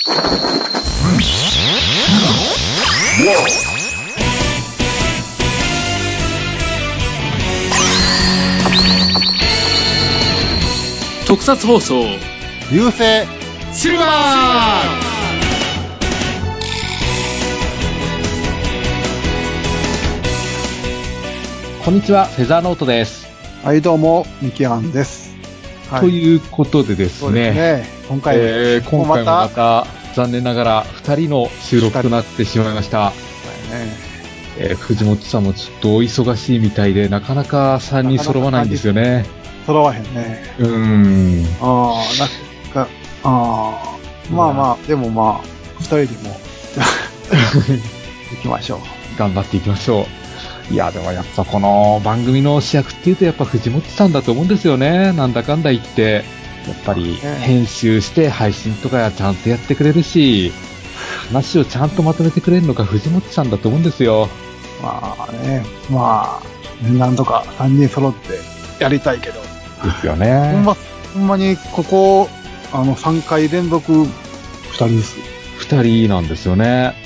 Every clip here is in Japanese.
特撮放送流星シルバー。こんにちは、フェザーノートです。 はい、どうもミキアンです、 はい、ということでですね、 今回もまた残念ながら2人の収録となってしまいました。藤本さんもちょっとお忙しいみたいで、なかなか3人揃わないんですよね。 揃わへんね。まあ、でもまあ、2人でも行きましょう。 頑張っていきましょう。いや、でもやっぱこの番組の主役っていうとやっぱ藤本さんだと思うんですよね。なんだかんだ言って。やっぱり編集して配信とかちゃんとやってくれるし、話をちゃんとまとめてくれるのが藤本さんだと思うんですよ。 まあね、なんとか3人揃ってやりたいけど。 ですよね。 ほんまにここ、3回連続2人です。 2人なんですよね。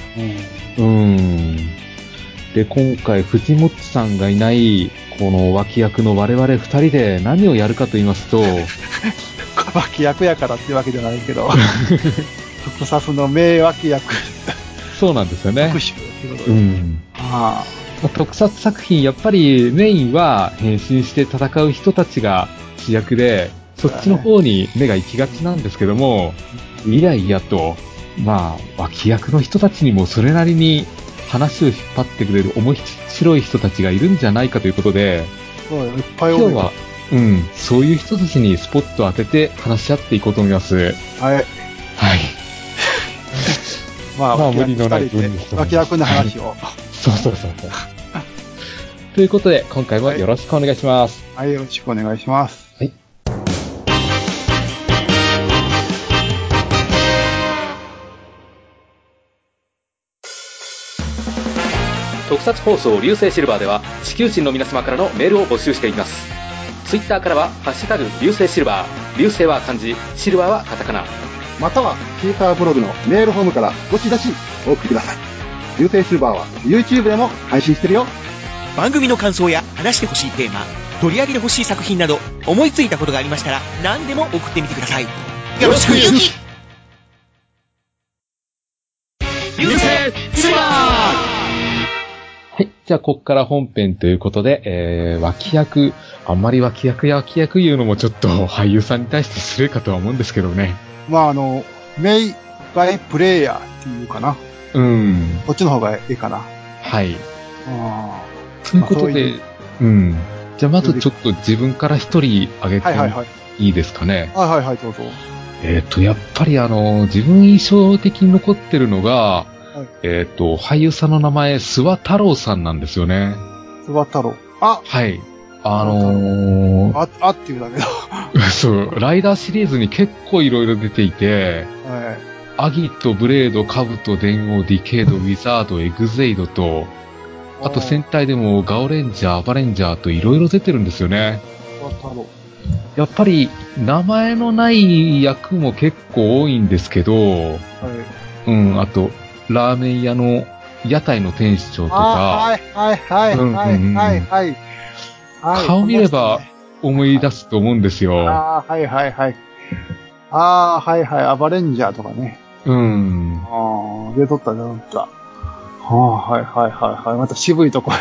で、今回藤本さんがいないこの脇役の我々2人で何をやるかと言いますと脇役やからっていうわけじゃないけど特撮の名脇役。 そうなんですよね。 特集っていうことで。 特撮作品やっぱりメインは変身して戦う人たちが主役で、そっちの方に目が行きがちなんですけども、いやいやと、脇役の人たちにもそれなりに話を引っ張ってくれる面白い人たちがいるんじゃないかということで、 いっぱい今日は、そういう人たちにスポットを当てて話し合っていこうと思います。 はい。 無理のない分に脇役の話を。 そう。ということで、今回もよろしくお願いします。 はい、よろしくお願いします。 はい。特撮放送流星シルバーでは地球人の皆様からのメールを募集しています。ツイッターからはハッシュタグ流星シルバー、流星は漢字、シルバーはカタカナ、 またはシーサーブログのメールフォームからどしどしお送りください。流星シルバーは YouTube でも配信してるよ。 番組の感想や話してほしいテーマ、取り上げてほしい作品など思いついたことがありましたら何でも送ってみてください。よろしくゆき。 流星シルバー。はい。じゃあ、こっから本編ということで、脇役、あんまり脇役言うのもちょっと俳優さんに対して失礼かとは思うんですけどね。 メイバイプレイヤーっていうかな。こっちの方がいいかな。 はい。ということで、じゃあまずちょっと自分から一人挙げていいですかね。 はい、どうぞ。 やっぱり自分印象的に残ってるのが、俳優さんの名前、諏訪太郎さんなんですよね。 諏訪太郎。 はい。 っていうだけど。 そう、ライダーシリーズに結構いろいろ出ていて、アギト、ブレード、カブト、電王、ディケード、ウィザード、エグゼイドと、あと戦隊でもガオレンジャー、アバレンジャーといろいろ出てるんですよね。やっぱり名前のない役も結構多いんですけど、あと、ラーメン屋の屋台の店主長とか、顔見れば思い出すと思うんですよ。 アバレンジャーとかね。出とった。また渋いとこ。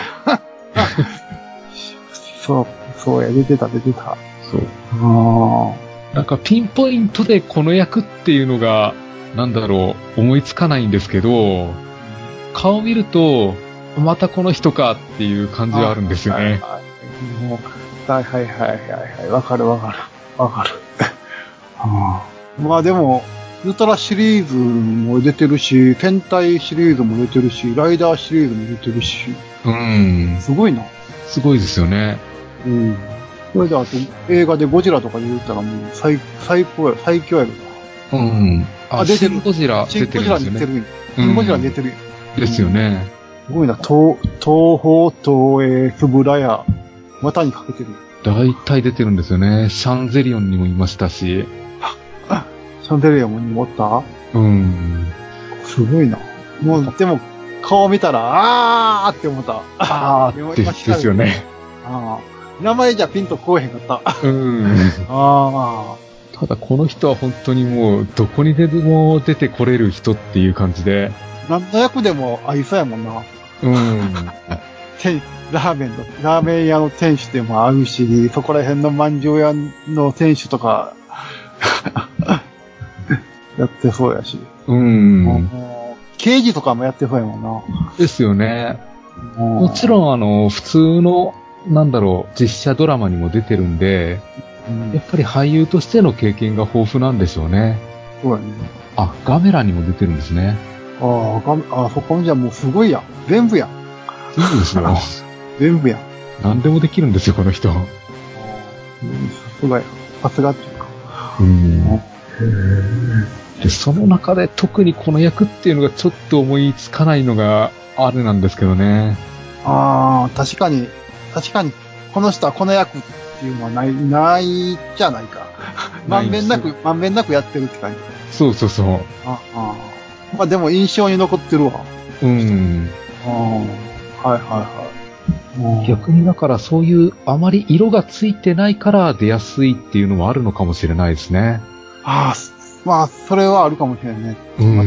そうや、出てた。 そう。なんかピンポイントでこの役っていうのが、思いつかないんですけど、顔見ると、またこの人かっていう感じはあるんですよね。 わかる。でも、ウルトラシリーズも出てるし、戦隊シリーズも出てるし、ライダーシリーズも出てるし。すごいな。 すごいですよね。 これであと映画でゴジラとかで言ったらもう最強やろな。 出てる。ゴジラ出てるんですよね。 ゴジラ出てる。 ですよね。 すごいな。東宝、東映、つぶらや、股にかけてる。 大体出てるんですよね。シャンゼリオンにもいましたし。 シャンゼリオンにもおった？ すごいな。もう、でも、顔見たら、って思った。 ってですよね。 名前じゃピンとこえへんかった。 ただこの人は本当にもう、どこにでも出てこれる人っていう感じで。 何の役でも合いそうやもんな。ラーメン屋の店主でも合うし、そこら辺のまんじゅう屋の店主とか、やってそうやし。刑事とかもやってそうやもんな。 ですよね。もちろん普通の、実写ドラマにも出てるんで、やっぱり俳優としての経験が豊富なんでしょうね。 そうやね。 ガメラにも出てるんですね。 そこじゃもうすごいやん。全部やん。 そうですよ。 全部やん。 何でもできるんですよ、この人。 さすがや。さすがっていうか。 で、その中で特にこの役っていうのがちょっと思いつかないのがあれなんですけどね。 確かに、この人はこの役っていうのはないじゃないか。まんべんなくやってるって感じ。 そうそうそう。 まあでも印象に残ってるわ。 逆にだからそういうあまり色がついてないから出やすいっていうのもあるのかもしれないですね。 まあ、それはあるかもしれないね。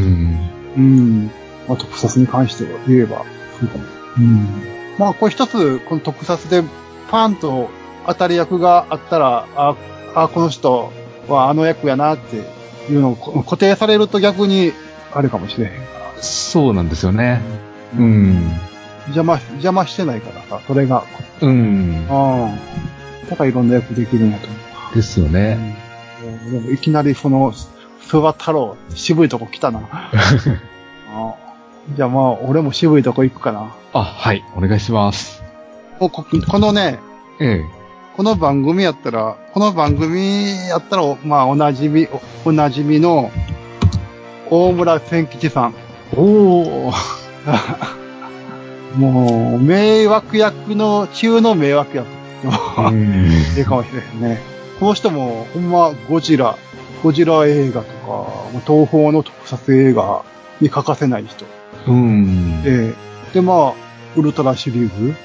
まあ、特撮に関しては言えば、そうかも。まあ、これ一つ、この特撮でパンと当たり役があったら、この人はあの役やなっていうのを固定されると逆にあれかもしれへんから。 そうなんですよね。 邪魔してないからさ、それが。だからいろんな役できるんやと思う。 ですよね。 でもいきなりその、諏訪太郎、渋いとこ来たな。じゃあまあ、俺も渋いとこ行くかな。 はい、お願いします。 このね、この番組やったら、まあ、おなじみの、大村千吉さん。もう、迷惑役の中の迷惑役。いいかもしれへんね。この人も、ほんま、ゴジラ映画とか、東宝の特撮映画に欠かせない人。で、まあ、ウルトラシリーズ。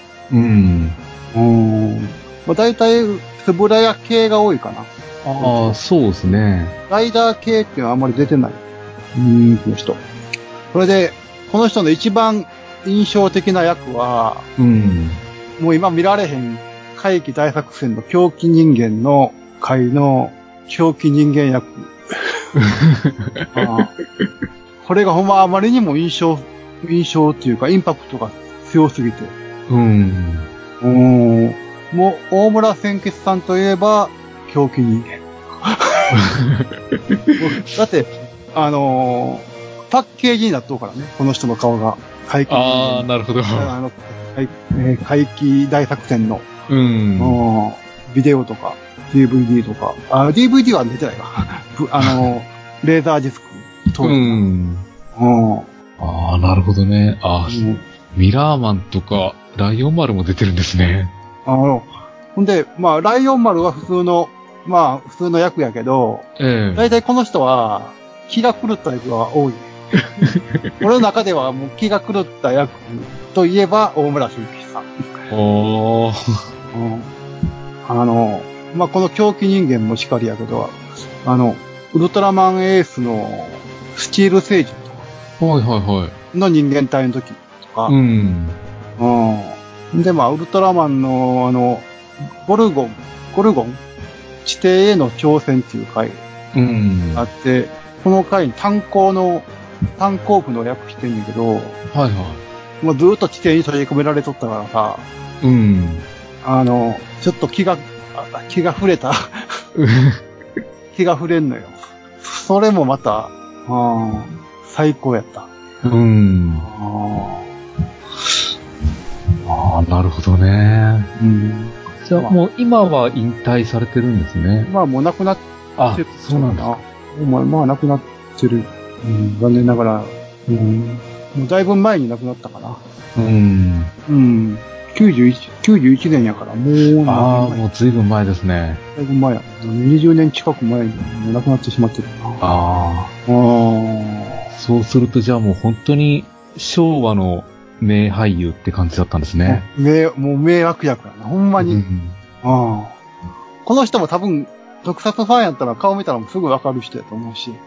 まあ、大体、つぶらや系が多いかな。 そうですね。 ライダー系っていうのはあんまり出てない。この人。それで、この人の一番印象的な役は、もう今見られへん怪奇大作戦の狂気人間の回の狂気人間役。これがほんまあまりにも印象っていうかインパクトが強すぎて。もう大村千吉さんといえば狂気人間。だって、パッケージになっとうからね、この人の顔が。怪奇人間。 なるほど。 怪奇大作戦の。ビデオとか、DVD とか。DVD は出てないか。レーザーディスク。 なるほどね。ミラーマンとか、ライオン丸も出てるんですね。 ほんで、まあ、ライオン丸は普通の役やけど、大体この人は、気が狂った役が多い。俺の中ではもう気が狂った役といえば、大村千吉さん。まあ、この狂気人間もしかりやけど、ウルトラマンエースのスチール星人とかの人間体の時とか、で、まあ、ウルトラマンのゴルゴン地底への挑戦っていう回があって、この回に炭鉱夫の役してんだけど、もうずーっと地底に閉じ込められとったからさ、ちょっと気が触れた。気が触れんのよ。それもまた、最高やった。 なるほどね。じゃあもう今は引退されてるんですね。 まあもう亡くなってる。 そうなんだ。 まあ亡くなってる。残念ながら、もうだいぶ前に亡くなったかな。91年やから、もうもう随分前ですね。 だいぶ前や。20年近く前に亡くなってしまってるな。 そうするとじゃあもう本当に昭和の名俳優って感じだったんですね。 もう名脇役やな。ほんまに。この人も多分、特撮ファンやったら顔見たらもうすぐわかる人やと思うし。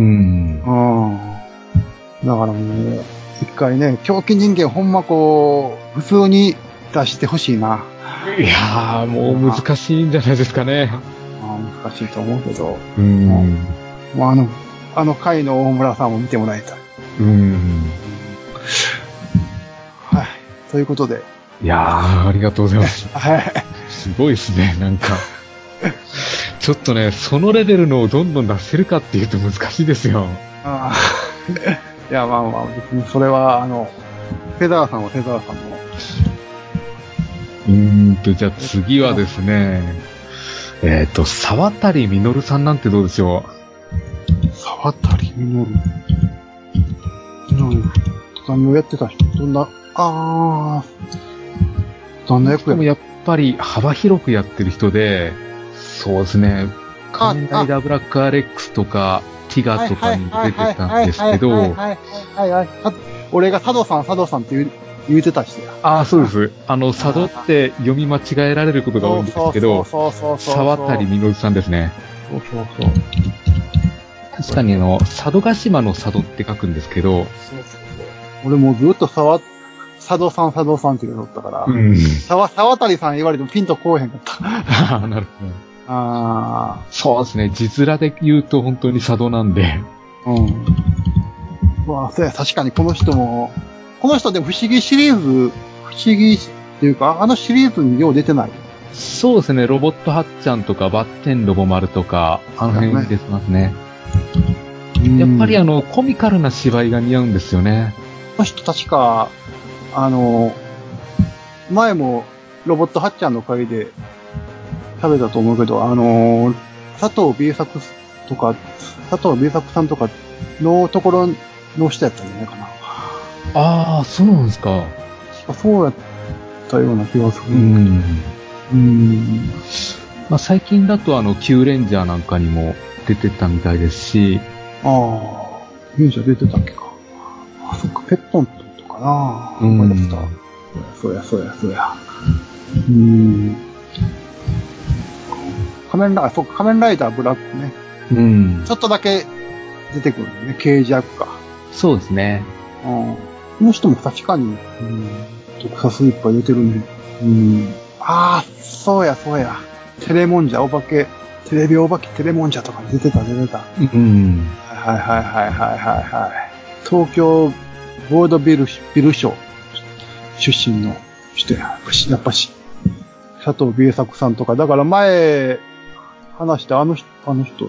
だからもう、一回ね、狂気人間ほんまこう、普通に出してほしいな。 いやー、もう難しいんじゃないですかね。 難しいと思うけど。もうあの回の大村さんを見てもらいたい。はい。ということで。 いやー、ありがとうございます。 はい。 すごいですね、なんか。ちょっとね、そのレベルのをどんどん出せるかっていうと難しいですよ。 いや、まあまあ、別にそれは、フェザーさんはフェザーさんの。 じゃあ次はですね、沢渡実さんなんてどうでしょう。沢渡実。何をやってた人？どんな役や？ でもやっぱり幅広くやってる人で、そうですね、仮面ライダーブラックアレックスとか、ティガとかに出てたんですけど、 俺が佐渡さんって言うてた人や。 そうです。佐渡って読み間違えられることが多いんですけど、沢渡実さんですね。確かに佐渡島の佐渡って書くんですけど、 俺もうずっと佐渡さんって言うとったから、沢渡さん言われてもピンとこうへんかった。 なるほど。そうですね。字面で言うと本当に佐渡なんで。 そうや、確かにこの人でも不思議シリーズ、不思議っていうか、シリーズによう出てない。 そうですね。ロボットハッちゃんとか、バッテンロボ丸とか、あの辺に出てますね。やっぱりコミカルな芝居が似合うんですよね。 この人確か、前もロボットハッちゃんの回で喋ったと思うけど、佐藤B作さんとかのところの人やったんじゃないかな。 そうなんですか。 そうやったような気がする。 最近だとキューレンジャーなんかにも出てたみたいですし。 キューレンジャー出てたっけか。そっか、ペットンとかな。思い出した。そうや。仮面ライダーブラックね。ちょっとだけ出てくるんだね。刑事役か。 そうですね。 この人も確かに、特撮いっぱい出てるね。そうや。テレモンジャ、テレビお化けテレモンジャとかに出てた。はい。東京ボードビル賞出身の人やっぱし。佐藤B作さんとか、だから前話したあの人、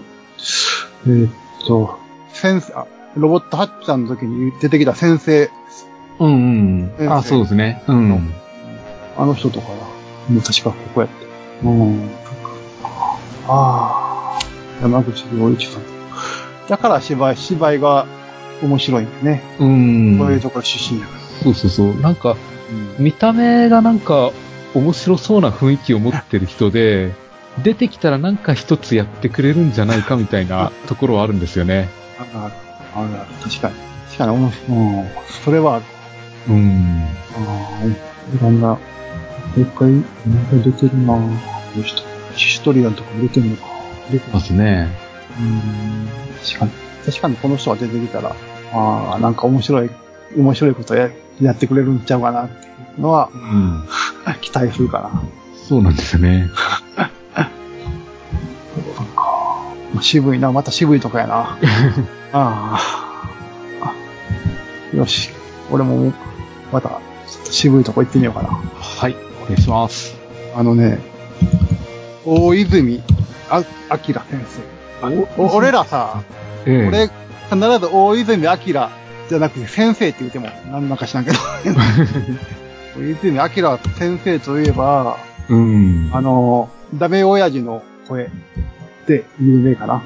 先生、ロボットハッチャーの時に出てきた先生。 そうですね。 あの人とかもう確かここやって。山口良一さん。だから芝居が面白いんだよね。こういうところ出身やから。 そう。なんか、見た目がなんか面白そうな雰囲気を持ってる人で、出てきたらなんか一つやってくれるんじゃないかみたいなところはあるんですよね。 確かに面白い。それはある。いろんな、いっぱい出てるなぁ。シシトリアンとかも出てるのか。 出てますね。 確かにこの人が出てきたら、なんか面白いことやってくれるんちゃうかなっていうのは、期待するかな。 そうなんですよね。 渋いな、また渋いとかやな。よし。俺も、また、ちょっと渋いとこ行ってみようかな。 はい、お願いします。 大泉明先生。俺らさ、俺、必ず大泉明じゃなくて先生って言っても、なんか知らんけど。大泉明先生といえば、ダメ親父の声で有名かな。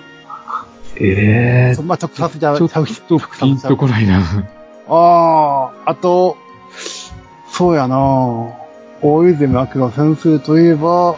特撮じゃ、 ちょっとピンとこないな。 あと、そうやな大泉明先生といえば、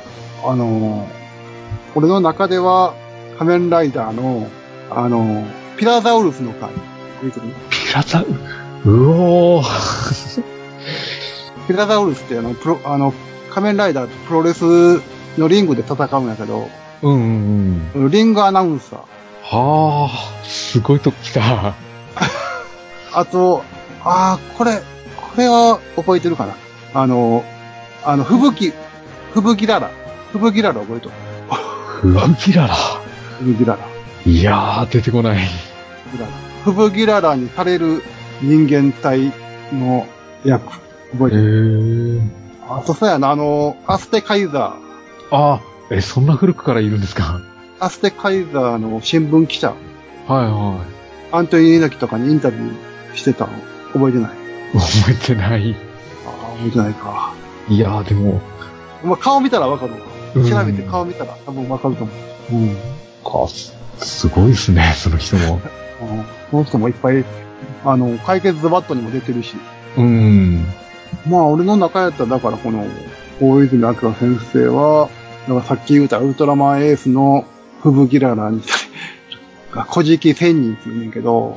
俺の中では仮面ライダーの、ピラザウルスの回、 出てる。 ピラザウルス。うおー。 ピラザウルスって仮面ライダーとプロレスのリングで戦うんやけど、リングアナウンサー。 はあ、すごいとこ来た。 あと、これは覚えてるかな。吹雪ララ。吹雪ララ覚えとる。 吹雪ララ。 吹雪ララ。 いやー、出てこない。 吹雪ララにされる人間体の役。覚えてる。あとそうやな、アステカイザー。そんな古くからいるんですか？ アステカイザーの新聞記者。 はいはい。 アントニー猪木とかにインタビューしてたの覚えてない？ 覚えてない。 覚えてないか。 いやーでも。 顔見たらわかるわ。調べて顔見たら多分わかると思う。 すごいですね、その人も。 この人もいっぱい、解決ズバットにも出てるし。まあ、俺の中やったら、だからこの、大泉明先生は、だからさっき言ったウルトラマンエースの吹雪ララに、古事記1000人って言うねんけど、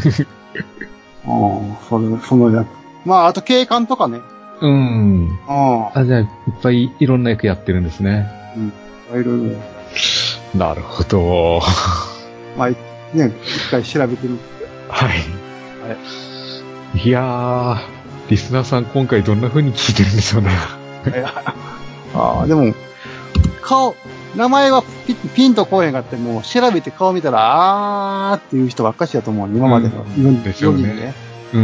その役。まあ、あと警官とかね。 じゃあ、いっぱいいろんな役やってるんですね。 いろいろ。 なるほど。 まあ、ね、一回調べてみて。 はい。いやー、リスナーさん今回どんな風に聞いてるんでしょうね。 でも、名前はピンとこうへんかっても、調べて顔見たら、っていう人ばっかしやと思う。今までの4人ね。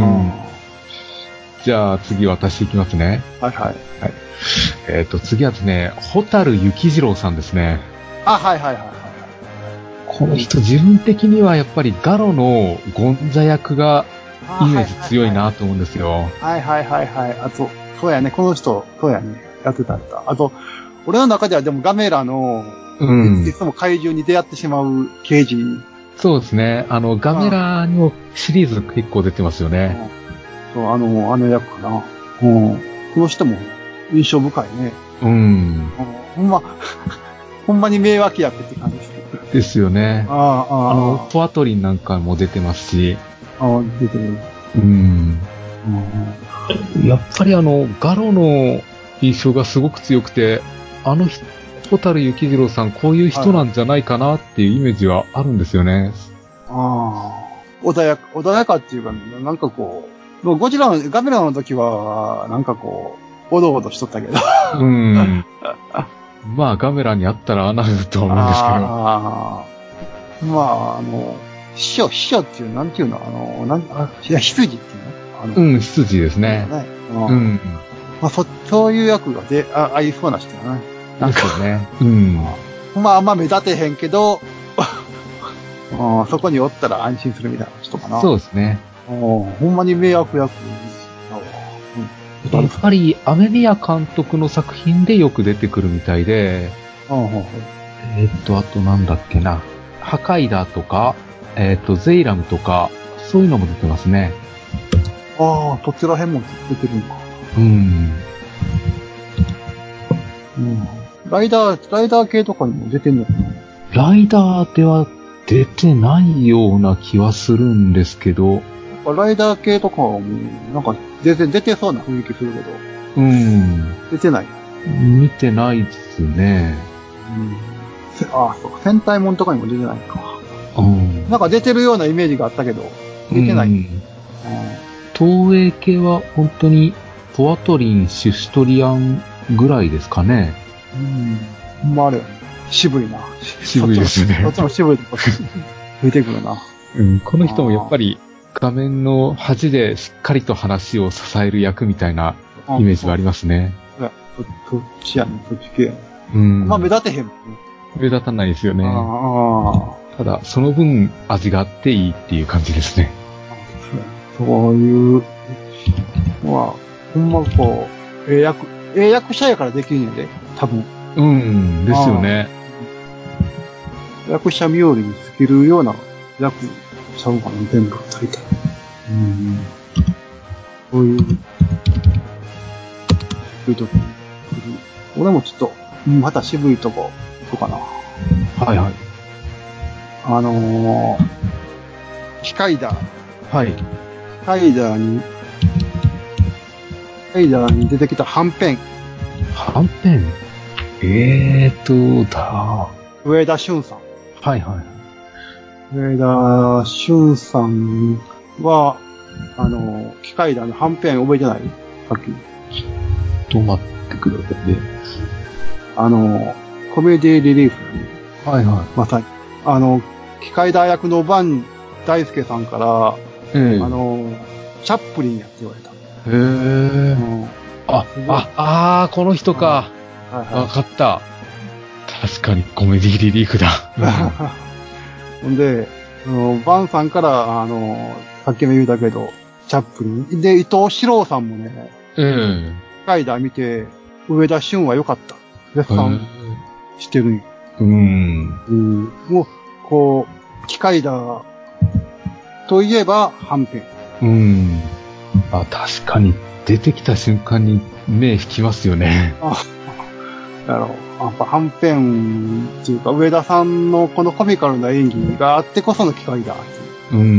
じゃあ次私行きますね。 はい。 次はですね、蛍幸次郎さんですね。 はい。 この人自分的にはやっぱりガロのゴンザ役がイメージ強いなと思うんですよ。 はい。あと、そうやね、この人、そうやね、やってた。あと、俺の中ではでもガメラの、いつも怪獣に出会ってしまう刑事。 そうですね。ガメラのシリーズ結構出てますよね。 そう、あの役かな。この人も印象深いね。ほんまに名脇役って感じでする。 ですよね。ポアトリンなんかも出てますし。 出てる。 やっぱりガロの印象がすごく強くて、蛍幸次郎さんこういう人なんじゃないかなっていうイメージはあるんですよね。 穏やかっていうか、なんかこう、ガメラの時は、なんかこう、おどおどしとったけど。 まあ、ガメラにあったらなるとは思うんですけど。 まあ、秘書っていう、なんていうの、執事っていうの執事ですね。 まあ、そういう役がありそうな人やね。 なんかね。 まあ、あんま目立てへんけど、そこにおったら安心するみたいな人かな。 そうですね。 ほんまに迷惑役。 やっぱり、アメミヤ監督の作品でよく出てくるみたいで、あとなんだっけな。ハカイダーとか、ゼイラムとか、そういうのも出てますね。 どちら辺も出てるのか。ライダー系とかにも出てんのかな？ ライダーでは出てないような気はするんですけど。 ライダー系とかはもう、なんか出てそうな雰囲気するけど。出てない。 見てないですね。 そうか。戦隊もんとかにも出てないか。なんか出てるようなイメージがあったけど、出てない。 東映系は本当に、ポアトリン、シュシュトリアンぐらいですかね。 まああれ、渋いな。 渋いですね。 そっちも渋いとこ出てくるな。 この人もやっぱり画面の端でしっかりと話を支える役みたいなイメージがありますね。 そっちやね、そっち系。まあ目立てへんもんね。 目立たないですよね。ただ、その分味があっていいっていう感じですね。 そういう、まあ、ほんまこう、役者やからできるんやで、多分。 ですよね。 役者冥利につけるような役ちゃうかな、全部大体。そういうとこ。俺もちょっと、また渋いとこ、行こうかな。 はいはい。 機械だ。 はい。 機械だに出てきたはんぺん。 はんぺん上田俊さん。 はいはい。 上田俊さんは、機械だのはんぺん覚えてない？さっき。 止まってくるで。 コメディリリーフ。 はいはい。 まさに。機械だ役のバン大輔さんから、チャップリンやって言われた。 へー。この人か。わかった。確かにコメディリリーフだ。 ほんで、バンさんから、さっきも言うたけど、チャップリン。で、伊藤四郎さんもね、機械だ見て、上田俊は良かった。絶賛してるんよ。もう、こう、機械だといえば、はんぺん。 確かに、出てきた瞬間に目引きますよね。 やっぱはんぺんっていうか、上田さんのこのコミカルな演技があってこその機械だっていう。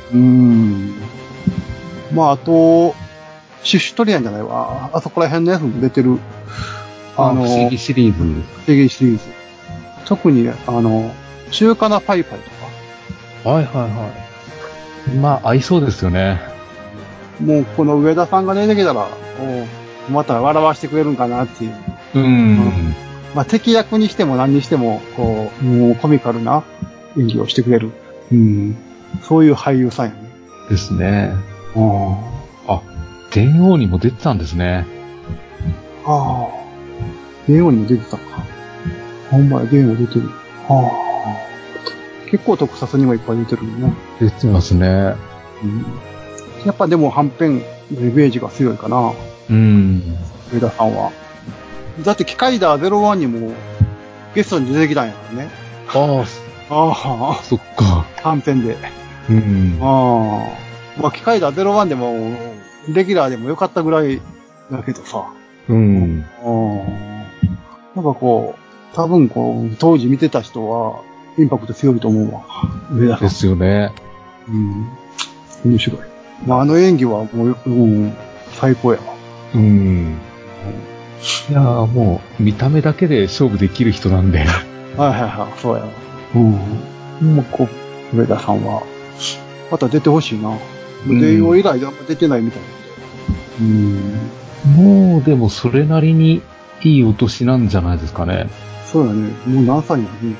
まあ、あと、シュシュトリアンじゃないわ。あそこら辺のやつも出てる。 不思議シリーズ。 不思議シリーズ。特に、中華なパイパイとか。 はいはいはい。まあ、合いそうですよね。 もう、この上田さんが出てきたら、また笑わしてくれるんかなっていう。まあ、敵役にしても何にしても、こう、もうコミカルな演技をしてくれる。そういう俳優さんやね。 ですね。電王にも出てたんですね。 電王にも出てたか。ほんまや、電王出てる。結構特撮にもいっぱい出てるよね。 出てますね。 やっぱでもはんぺんのイメージが強いかな。上田さんは。だって機械だ01にもゲストに出てきたんやからね。そっか。はんぺんで。まあ機械だ01でも、レギュラーでもよかったぐらいだけどさ。なんかこう、多分こう、当時見てた人は、インパクト強いと思うわ。上田さん。 ですよね。 面白い。まあ、あの演技はもう、最高やわ。 いやーもう、見た目だけで勝負できる人なんで。 そうやわ。もうこう、上田さんは、また出てほしいな。電王以外であんま出てないみたいなんで。 もう、でもそれなりにいいお年なんじゃないですかね。 そうだね。もう何歳なのね。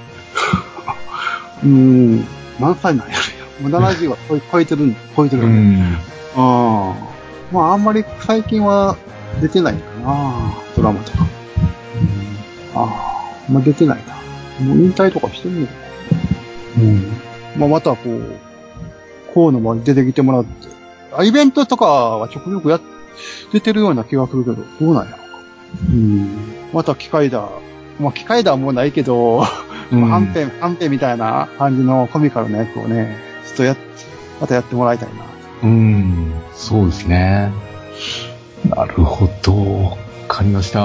何歳なんやろ。もう70は超えてるよね。まあ、あんまり最近は出てないかな。ドラマとか。まあ出てないな。もう引退とかしてるのかな。まあまたこう、こうの場に出てきてもらって。イベントとかはちょくちょく出てるような気がするけど、どうなんやろうか。また機械だ。まあ機械だはもうないけど、はんぺんみたいな感じのコミカルなやつをね、ちょっとまたやってもらいたいな。 そうですね。なるほど。わかりました。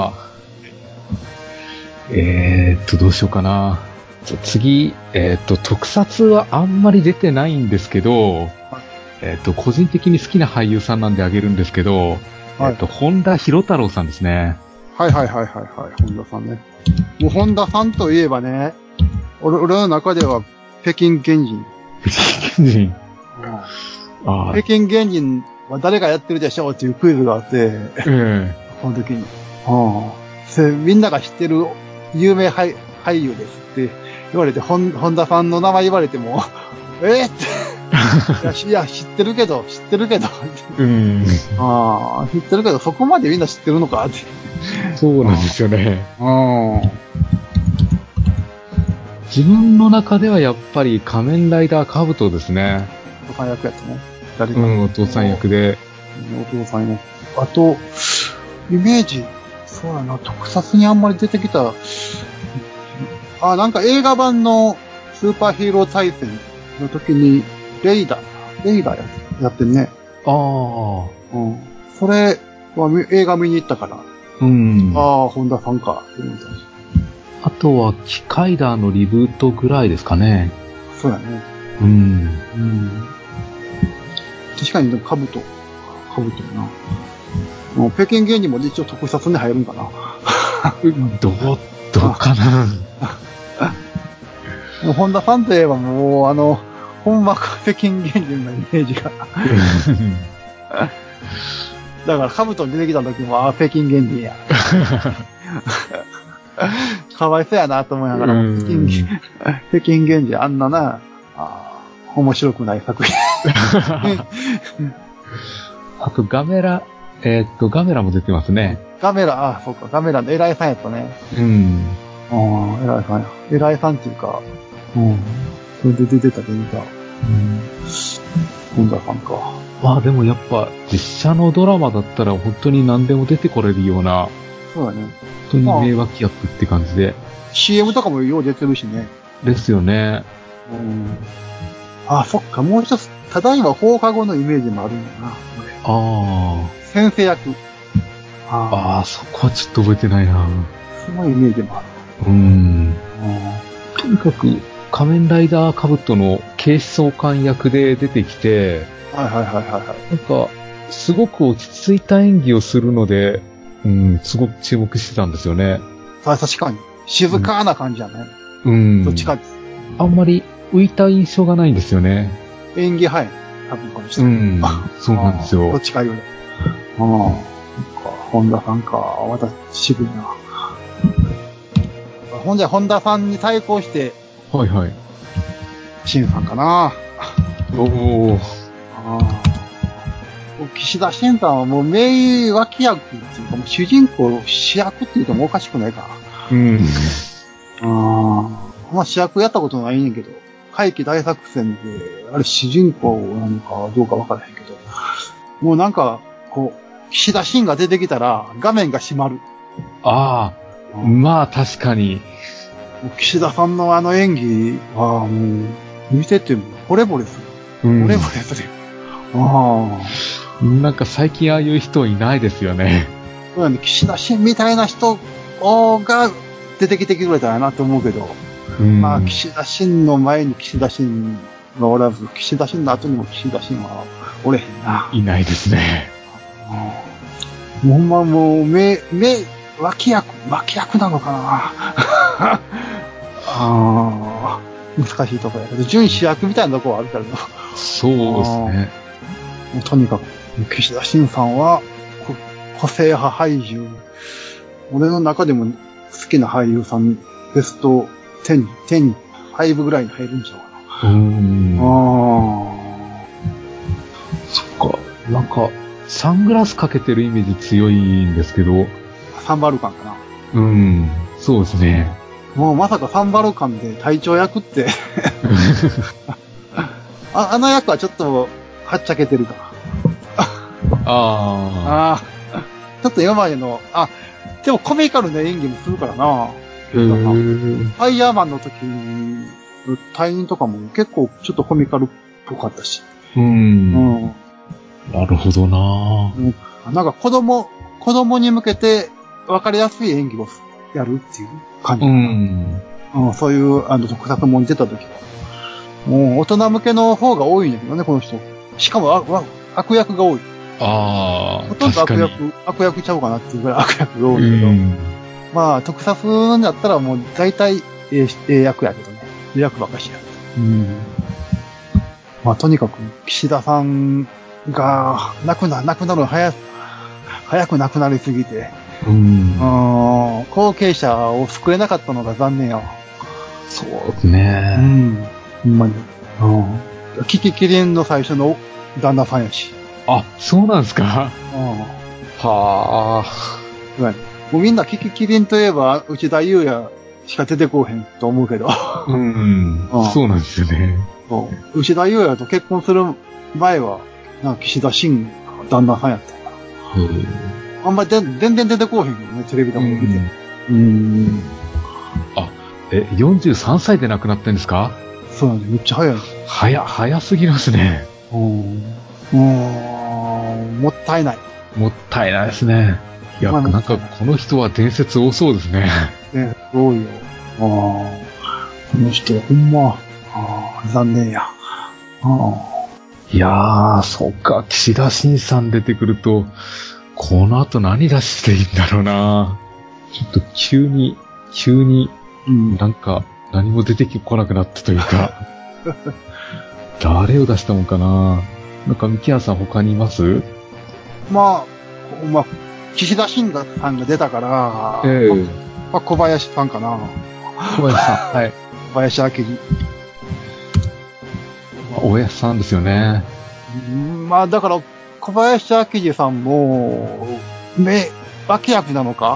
どうしようかな。次、特撮はあんまり出てないんですけど、個人的に好きな俳優さんなんであげるんですけど、本田博太郎さんですね。 本田さんね。もう本田さんといえばね、俺の中では北京原人。 北京原人。 北京原人は誰がやってるでしょうっていうクイズがあって、この時に。みんなが知ってる有名俳優ですって言われて、本田さんの名前言われても、っていや、知ってるけど。知ってるけど、そこまでみんな知ってるのかって。 そうなんですよね。自分の中ではやっぱり仮面ライダーカブトですね。 お父さん役やったね。 お父さん役で。 お父さん役。あと、イメージ、そうやな、特撮にあんまり出てきた、なんか映画版のスーパーヒーロー対戦の時に、レイダーやってんね。それは映画見に行ったから。本田さんか、って思ったし。 あとは、キカイダーのリブートぐらいですかね。 そうやね。 確かに、カブトやな。もう北京芸人も一応特撮に入るんかな。 どうかな。 本田さんといえばもう、本間北京芸人のイメージが。だから、カブトに出てきた時も、北京芸人や。かわいそうやなと思いながら、北京芸人あんなな、面白くない作品。 あと、ガメラも出てますね。 そうか、ガメラの偉いさんやったね。偉いさんや。偉いさんっていうか、それで出てた。本田さんか。 まあでもやっぱ、実写のドラマだったら本当に何でも出てこれるような、 そうだね。 本当に名脇役って感じで。 CM とかもよう出てるしね。 ですよね。 そっか、もう一つ、ただいま放課後のイメージもあるんだな、これ。先生役。 そこはちょっと覚えてないな。 すごいイメージもある。 とにかく、仮面ライダーカブトの警視総監役で出てきて、なんか、すごく落ち着いた演技をするので、すごく注目してたんですよね。 確かに。静かな感じやね。どっちか。 あんまり浮いた印象がないんですよね。 演技派やね。多分この人。 そうなんですよ。 どっちか言うね。本田さんか。私、渋いな。本田さんに対抗して、シンさんかな。岸田新さんはもう名脇役っていうか、もう主人公、主役って言うともおかしくないかな。まあ主役やったことないねんけど、怪奇大作戦で、あれ主人公なのかどうかわからへんけど、もうなんか、岸田新が出てきたら画面が閉まる。 まあ確かに。 岸田さんの演技はもう、見てても惚れ惚れする。惚れ惚れする。 なんか最近ああいう人いないですよね。 そうやね、岸田新みたいな人が出てきてくれたらなと思うけど、まあ岸田新の前に岸田新がおらず、岸田新の後にも岸田新はおれへんな。 いないですね。 ほんまもう、脇役なのかな。難しいところやけど、準主役みたいなところはあるからな。 そうですね。 もうとにかく、岸田新さんは、個性派俳優。俺の中でも好きな俳優さん、ベスト10、5ぐらいに入るんちゃうかな。 そっか。なんか、サングラスかけてるイメージ強いんですけど。 サンバルカンかな。 そうですね。 もうまさかサンバルカンで隊長役って。あの役はちょっと、はっちゃけてるか。ちょっと今までの、でもコミカルな演技もするからな。ファイヤーマンの時の隊員とかも結構ちょっとコミカルっぽかったし。 なるほどな。 なんか子供に向けて分かりやすい演技をやるっていう感じ。そういう特撮もん出た時は。もう大人向けの方が多いんだけどね、この人。しかも悪役が多い。ほとんど悪役ちゃうかなっていうぐらい悪役が多いけど。まあ、特撮だったらもう大体役やけどね。役ばっかしや。まあ、とにかく、岸田さんが亡くなるの早く亡くなりすぎて、後継者を救えなかったのが残念やわ。 そうですね。 ほんまに。キキキリンの最初の旦那さんやし。 そうなんですか。はあ。もうみんなキキキリンといえば内田裕也しか出てこうへんと思うけど。 そうなんですよね。 内田裕也と結婚する前は、岸田新が旦那さんやったから。あんまり全然出てこうへんけどね、テレビでも見て。 43歳で亡くなったんですか？ そうなんです。めっちゃ早い。 早すぎますね。 もったいない。 もったいないですね。いや、なんかこの人は伝説多そうですね。 多いよ。この人はほんま、残念や。 いやー、そっか、岸田新さん出てくると、この後何出していいんだろうな。ちょっと急に、なんか、何も出てこなくなったというか、誰を出したもんかな。なんか、三木屋さん他にいます？ まあ、岸田新さんが出たから、まあ、小林さんかな。 小林さん。はい。 小林明治。 大家さんですよね。 まあ、だから、小林明治さんも、脇役なのか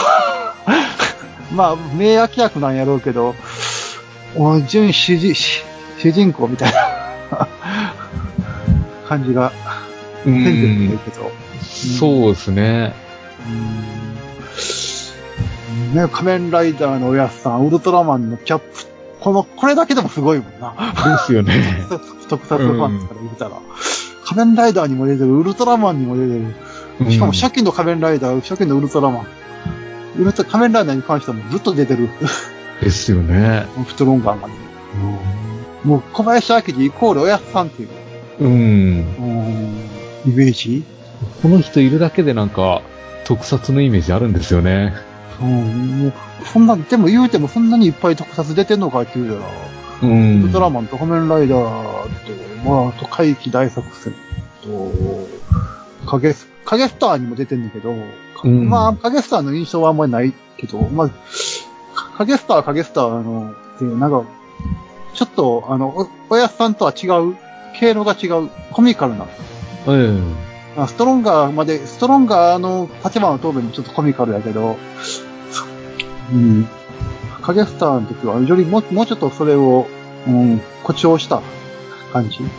まあ、名脇役なんやろうけど、準主人公みたいな感じが、せんでもないけど。 そうですね。 ね、仮面ライダーのおやすさん、ウルトラマンのキャップ、これだけでもすごいもんな。 ですよね。 特撮ファンから言ったら、仮面ライダーにも出てる、ウルトラマンにも出てる。しかも初期の仮面ライダー、初期のウルトラマン。仮面ライダーに関してはもうずっと出てる。 ですよね。 ストロンガーがね。もう小林明治イコールおやすさんっていう。イメージ？ この人いるだけでなんか、特撮のイメージあるんですよね。 もうそんな、でも言うてもそんなにいっぱい特撮出てんのかって言うたら、ウルトラマンと仮面ライダーと、まあ、あと怪奇大作戦と、影スターにも出てんだけど、まあ、影スターの印象はあんまりないけど、まあ、影スターの、なんか、ちょっと、おやすさんとは違う、経路が違う、コミカルな。ストロンガーの立場の答弁もちょっとコミカルだけど、影スターの時は、よりもうちょっとそれを、誇張した感じ。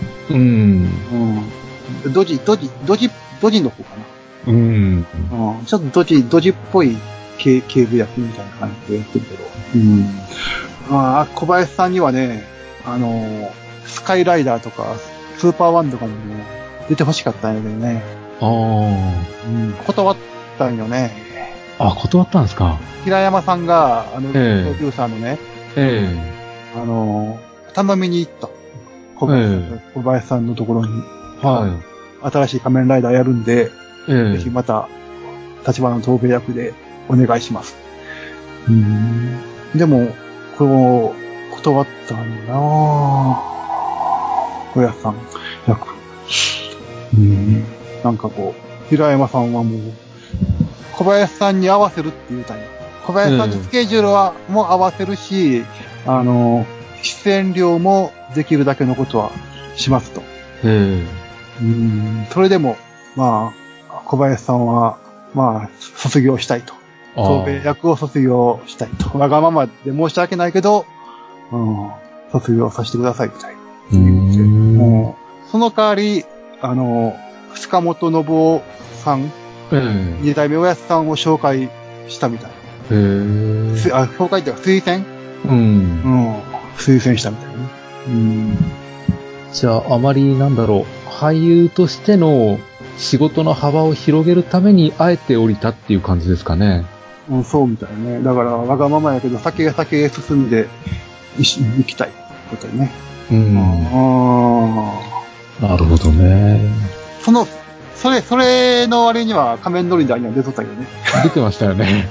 ドジの方かな。ちょっとドジっぽい警部役みたいな感じでやってるけど。まあ、小林さんにはね、スカイライダーとか、スーパーワンとかにも出て欲しかったんやけどね。断ったんよね。 あ、断ったんですか。 平山さんが、プロデューサーのね、頼みに行った。小林さんのところに。新しい仮面ライダーやるんで、ぜひまた、立花の東兵役でお願いします。でも、断ったんだなぁ。小林さん役。なんかこう、平山さんはもう、小林さんに合わせるって言うたんよ。小林さんにスケジュールはもう合わせるし、出演料もできるだけのことはしますと。それでも、まあ、小林さんは、まあ、卒業したいと。東兵役を卒業したいと。わがままで申し訳ないけど、卒業させてくださいみたいな。その代わり、塚本信夫さん、二代目おやすさんを紹介したみたい。紹介っていうか推薦推薦したみたいね。 じゃあ、あまりなんだろう、俳優としての仕事の幅を広げるためにあえて降りたっていう感じですかね。 そうみたいね。だから、わがままやけど、先へ進んで、一緒に行きたいことね。 なるほどね。 それの割には仮面ノリダーには出とったけどね。 出てましたよね。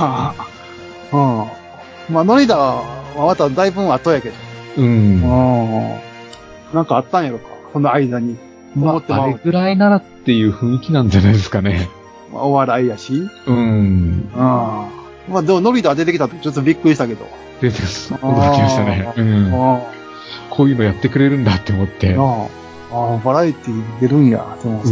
まあ、ノリダーはまただいぶ後やけど。なんかあったんやろか、この間に。 あれぐらいならっていう雰囲気なんじゃないですかね。 まあ、お笑いやし。まあ、でもノリダー出てきたとちょっとびっくりしたけど。 驚きましたね。こういうのやってくれるんだって思って。 バラエティー出るんや、と思って。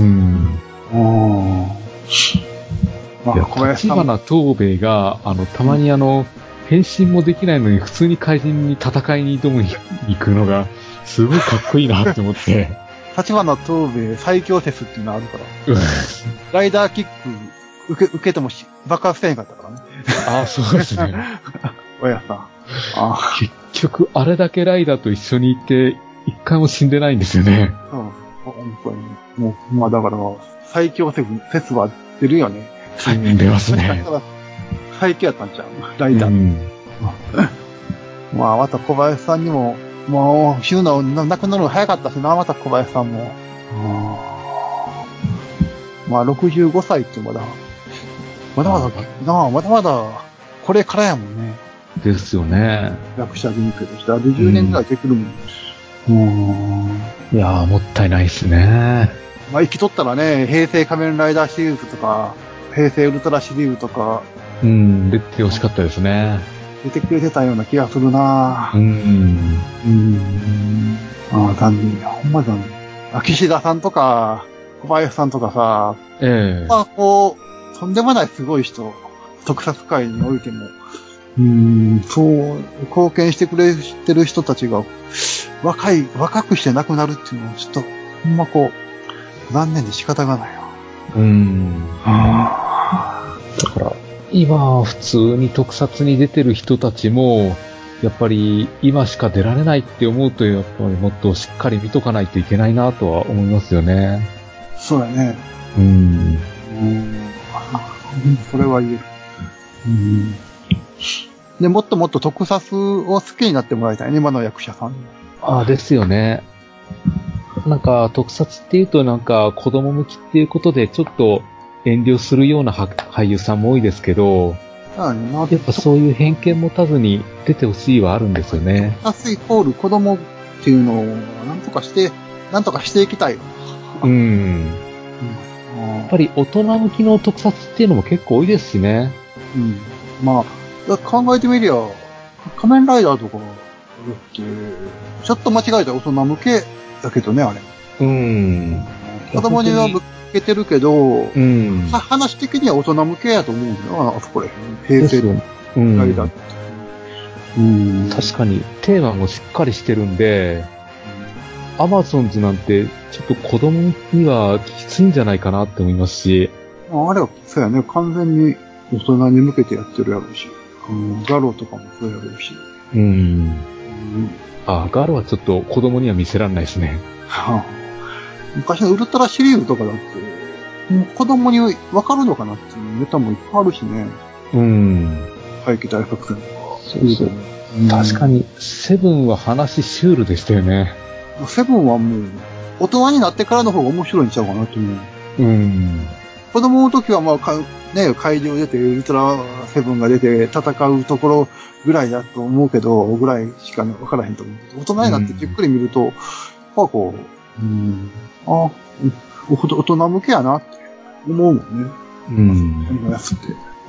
立花東兵衛が、たまに変身もできないのに普通に怪人に戦いに挑むに行くのが、すごいかっこいいなって思って。 立花東兵衛最強説っていうのあるから。ライダーキック受けても爆発せへんかったからね。 そうですね。 おやさん。 結局、あれだけライダーと一緒にいて、一回も死んでないんですよね。 本当に。もう、まあだから、最強説は出るよね。 出ますね。 最強やったんちゃうライダー。まあ、また小林さんにも、 もう、死ぬの、亡くなるの早かったしな、また小林さんも。まあ、65歳ってまだこれからやもんね。 ですよね。 役者人気としては、10年くらいできるもん。 いやー、もったいないですね。 まあ、生きとったらね、平成仮面ライダーシリーズとか、平成ウルトラシリーズとか、 出てほしかったですね。 出てくれてたような気がするな残念や。ほんま残念。岸田さんとか、小林さんとかさ、まあ、こう、とんでもないすごい人、特撮界においても、そう、貢献してくれてる人たちが、若くして亡くなるっていうのは、ちょっと、ほんまこう、残念で仕方がないよ。 だから、今、普通に特撮に出てる人たちも、やっぱり、今しか出られないって思うと、やっぱりもっとしっかり見とかないといけないなとは思いますよね。 そうだね。それは言える。で、もっともっと特撮を好きになってもらいたいね、今の役者さん。 ですよね。なんか、特撮っていうとなんか、子供向きっていうことで、ちょっと遠慮するような俳優さんも多いですけど、やっぱそういう偏見持たずに出てほしいはあるんですよね。 特撮イコール子供っていうのを、なんとかしていきたい。 やっぱり大人向きの特撮っていうのも結構多いですしね。 まあ、考えてみりゃ、仮面ライダーとか、ちょっと間違えたら大人向けだけどね、あれ。子供には向けてるけど、話的には大人向けやと思うんだよ、あそこら辺。平成のライダーって。 確かに、テーマもしっかりしてるんで、アマゾンズなんて、ちょっと子供にはきついんじゃないかなって思いますし。 あれは、そうやね、完全に大人に向けてやってるやろうし。ガロとかもそうやろうし。 ガロはちょっと子供には見せられないですね。 昔のウルトラシリーズとかだって、もう子供にわかるのかなっていうネタもいっぱいあるしね。怪奇大作戦とか。 そう。確かに、セブンは話シュールでしたよね。 セブンはもう、大人になってからの方が面白いんちゃうかなと思う。子供の時はまあ、怪獣出て、ウルトラセブンが出て戦うところぐらいだと思うけど、ぐらいしか分からへんと思うけど、大人になってじっくり見ると、こう、大人向けやなって思うもんね。今やつって。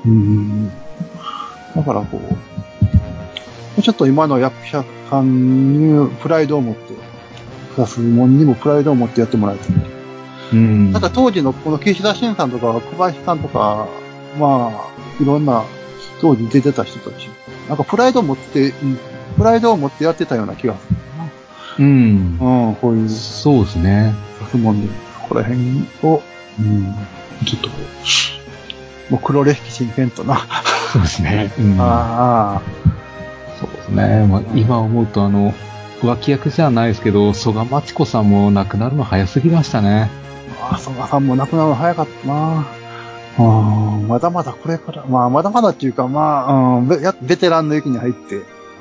だからこう、ちょっと今の役者さんにプライドを持って、クラスモンにもプライドを持ってやってもらいたい。なんか当時のこの岸田新さんとか小林さんとか、まあ、いろんな当時出てた人たち、なんかプライドを持ってやってたような気がする。こういう。 そうですね。 クラスモンで、ここら辺を、ちょっと、もう黒歴史にせんとな。 そうですね。そうですね。まあ、今思うと脇役じゃないですけど、曽我真知子さんも亡くなるの早すぎましたね。 曽我さんも亡くなるの早かったな。まだまだこれから、まだまだっていうか、ベテランの域に入って。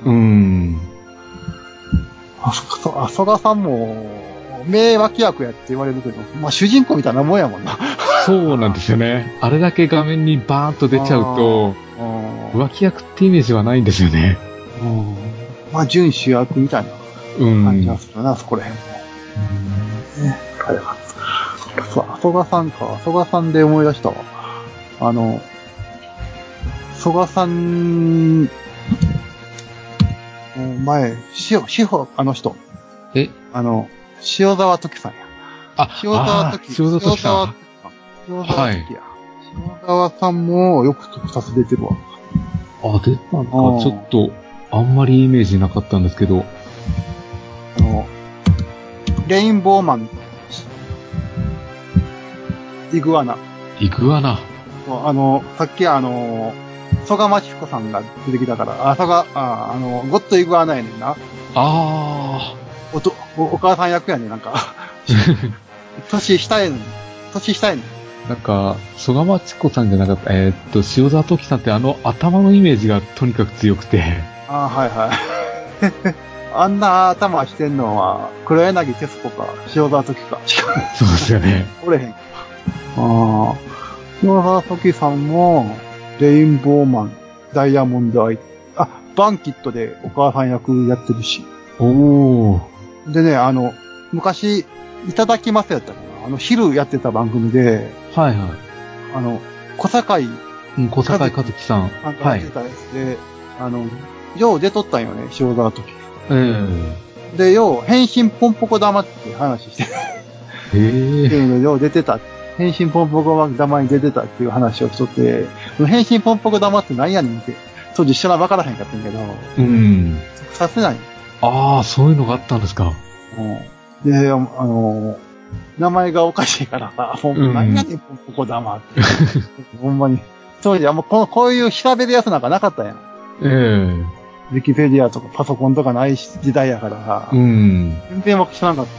曽我さんも、名脇役やって言われるけど、主人公みたいなもんやもんな。 そうなんですよね。あれだけ画面にバーンと出ちゃうと、脇役ってイメージはないんですよね。 準主役みたいな感じがするな、そこら辺も。曽我さんか。曽我さんで思い出したわ。曽我さん、前、あの人。塩沢時さんや。塩沢時さん。塩沢さんもよく特撮出てるわ。 出たんか。ちょっと、あんまりイメージなかったんですけど。 レインボーマン。イグアナ。さっき曽我真知子さんが出てきたから、ゴッドイグアナやねんな。お母さん役やねん、なんか。年下やねん。 なんか、曽我真知子さんじゃなかった、塩沢時さんって頭のイメージがとにかく強くて。 あんな頭してんのは、黒柳徹子か、塩沢時か。 そうですよね。 おれへん。ああ。塩沢時さんも、レインボーマン、ダイヤモンドアイ、バンキットでお母さん役やってるし。 おー。 でね、昔、いただきますやったかな。昼やってた番組で、 はいはい。 小堺、 小堺一樹さん。 やってたやつで、よう出とったんよね、塩沢時。で、よう、変身ポンポコ玉って話して。よう出てた。変身ポンポコ玉に出てたっていう話をしとって、変身ポンポコ玉って何やねんって、当時知らなからへんかったんやけど、させない。 ああ、そういうのがあったんですか。 で、名前がおかしいからさ、何やねんポンポコ玉って。ほんまに。当時こういう調べるやつなんかなかったやん。ウィキペディアとかパソコンとかない時代やからさ、全然わからなかった。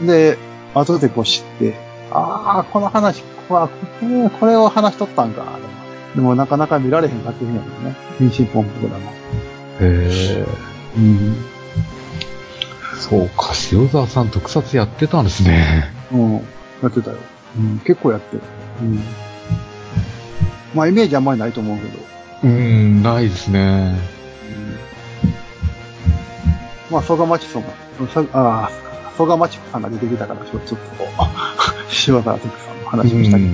で、後でこう知って、この話、これを話しとったんか。でもなかなか見られへんかってるんやけどね。変身ポンポコ玉。 そうか、塩沢さん特撮やってたんですね。 やってたよ。結構やってる。まあイメージあんまりないと思うけど。 ないですね。 まあ、曽我町さんが出てきたから、ちょっと、塩沢時さんの話をしたけど。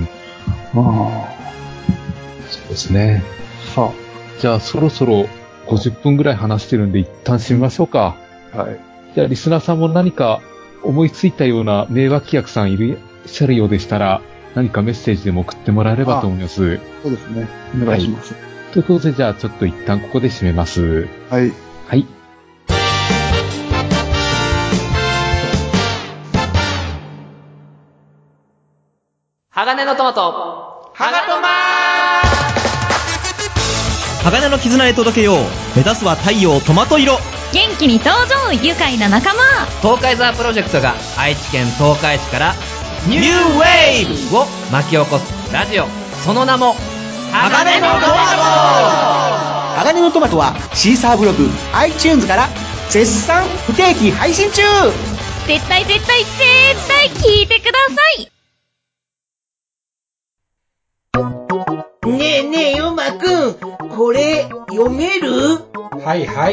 そうですね。 さあ。 じゃあ、そろそろ50分ぐらい話してるんで、一旦締めましょうか。 はい。 じゃあ、リスナーさんも何か思いついたような名脇役さんいらっしゃるようでしたら、何かメッセージでも送ってもらえればと思います。 そうですね。お願いします。 ということで、じゃあ、ちょっと一旦ここで締めます。 はい。 はい。 鋼のトマト、 ハガトマー！鋼の絆へ届けよう。目指すは太陽トマト色。 元気に登場、愉快な仲間。 東海ザープロジェクトが愛知県東海市からニューウェーブを巻き起こすラジオ、その名も鋼のトマト。鋼のトマトはシーサーブログ、iTunes から絶賛不定期配信中。 絶対聞いてください。 ねえ、ヨマくん、これ、読める？ はいはい。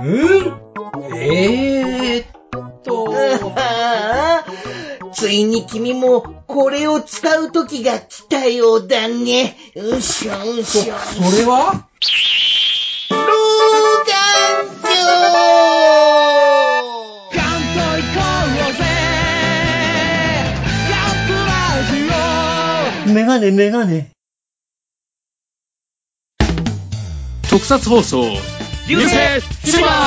ついに君も、これを使う時が来たようだね。 それは？ 老眼鏡！ 関東行こうぜ！キャンプラジオ！ メガネ。 特撮放送、流星シルバー！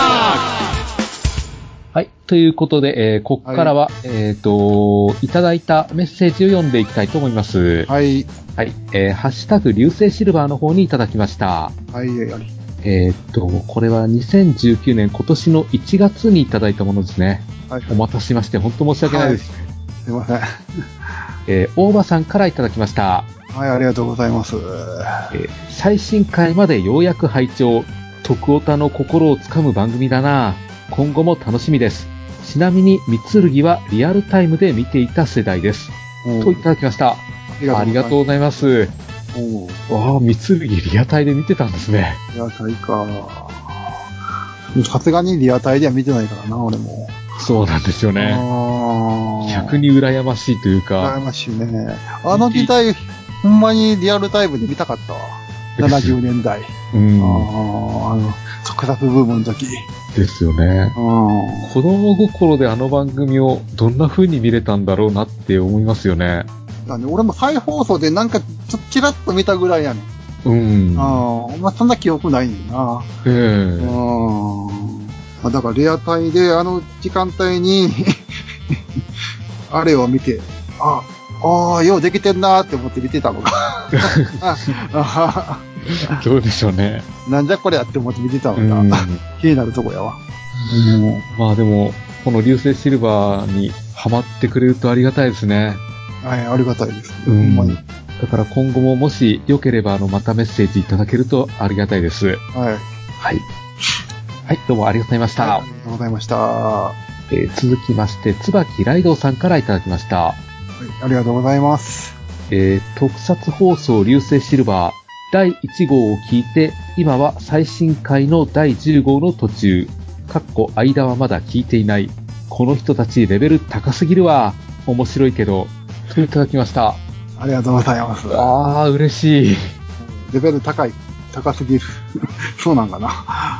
はい。ということで、ここからは、いただいたメッセージを読んでいきたいと思います。 はい。 はい。ハッシュタグ流星シルバーの方にいただきました。 はい。 これは2019年今年の1月にいただいたものですね。 はい。 お待たせしまして、本当申し訳ないです。 すいません。 大場さんからいただきました。 はい、ありがとうございます。 最新回までようやく拝聴。徳オタの心をつかむ番組だな。今後も楽しみです。ちなみに、三剣はリアルタイムで見ていた世代です。といただきました。ありがとうございます。三剣リアタイで見てたんですね。 リアタイか。さすがにリアタイでは見てないからな、俺も。 そうなんですよね。逆に羨ましいというか。 羨ましいね。あの時代、ほんまにリアルタイムで見たかったわ。70年代。特撮ブームの時。 ですよね。子供心であの番組をどんな風に見れたんだろうなって思いますよね。 俺も再放送でなんかちらっと見たぐらいやねん。まあ、そんな記憶ないねんな。だからリアタイであの時間帯にあれを見て、ようできてんなーって思って見てたのか。 どうでしょうね。 なんじゃこれやって思って見てたのか。気になるとこやわ。 まあでも、この流星シルバーにハマってくれるとありがたいですね。 はい、ありがたいです。ほんまに。 だから今後ももし良ければまたメッセージいただけるとありがたいです。 はい。 はい。 はい、どうもありがとうございました。 ありがとうございました。 続きまして、椿ライドウさんからいただきました。はい、 ありがとうございます。 特撮放送流星シルバー第1号を聞いて、今は最新回の第10号の途中、間はまだ聞いていない。この人たちレベル高すぎるわ。面白いけど、といただきました。 ありがとうございます。 嬉しい。 レベル高すぎる。そうなんかな。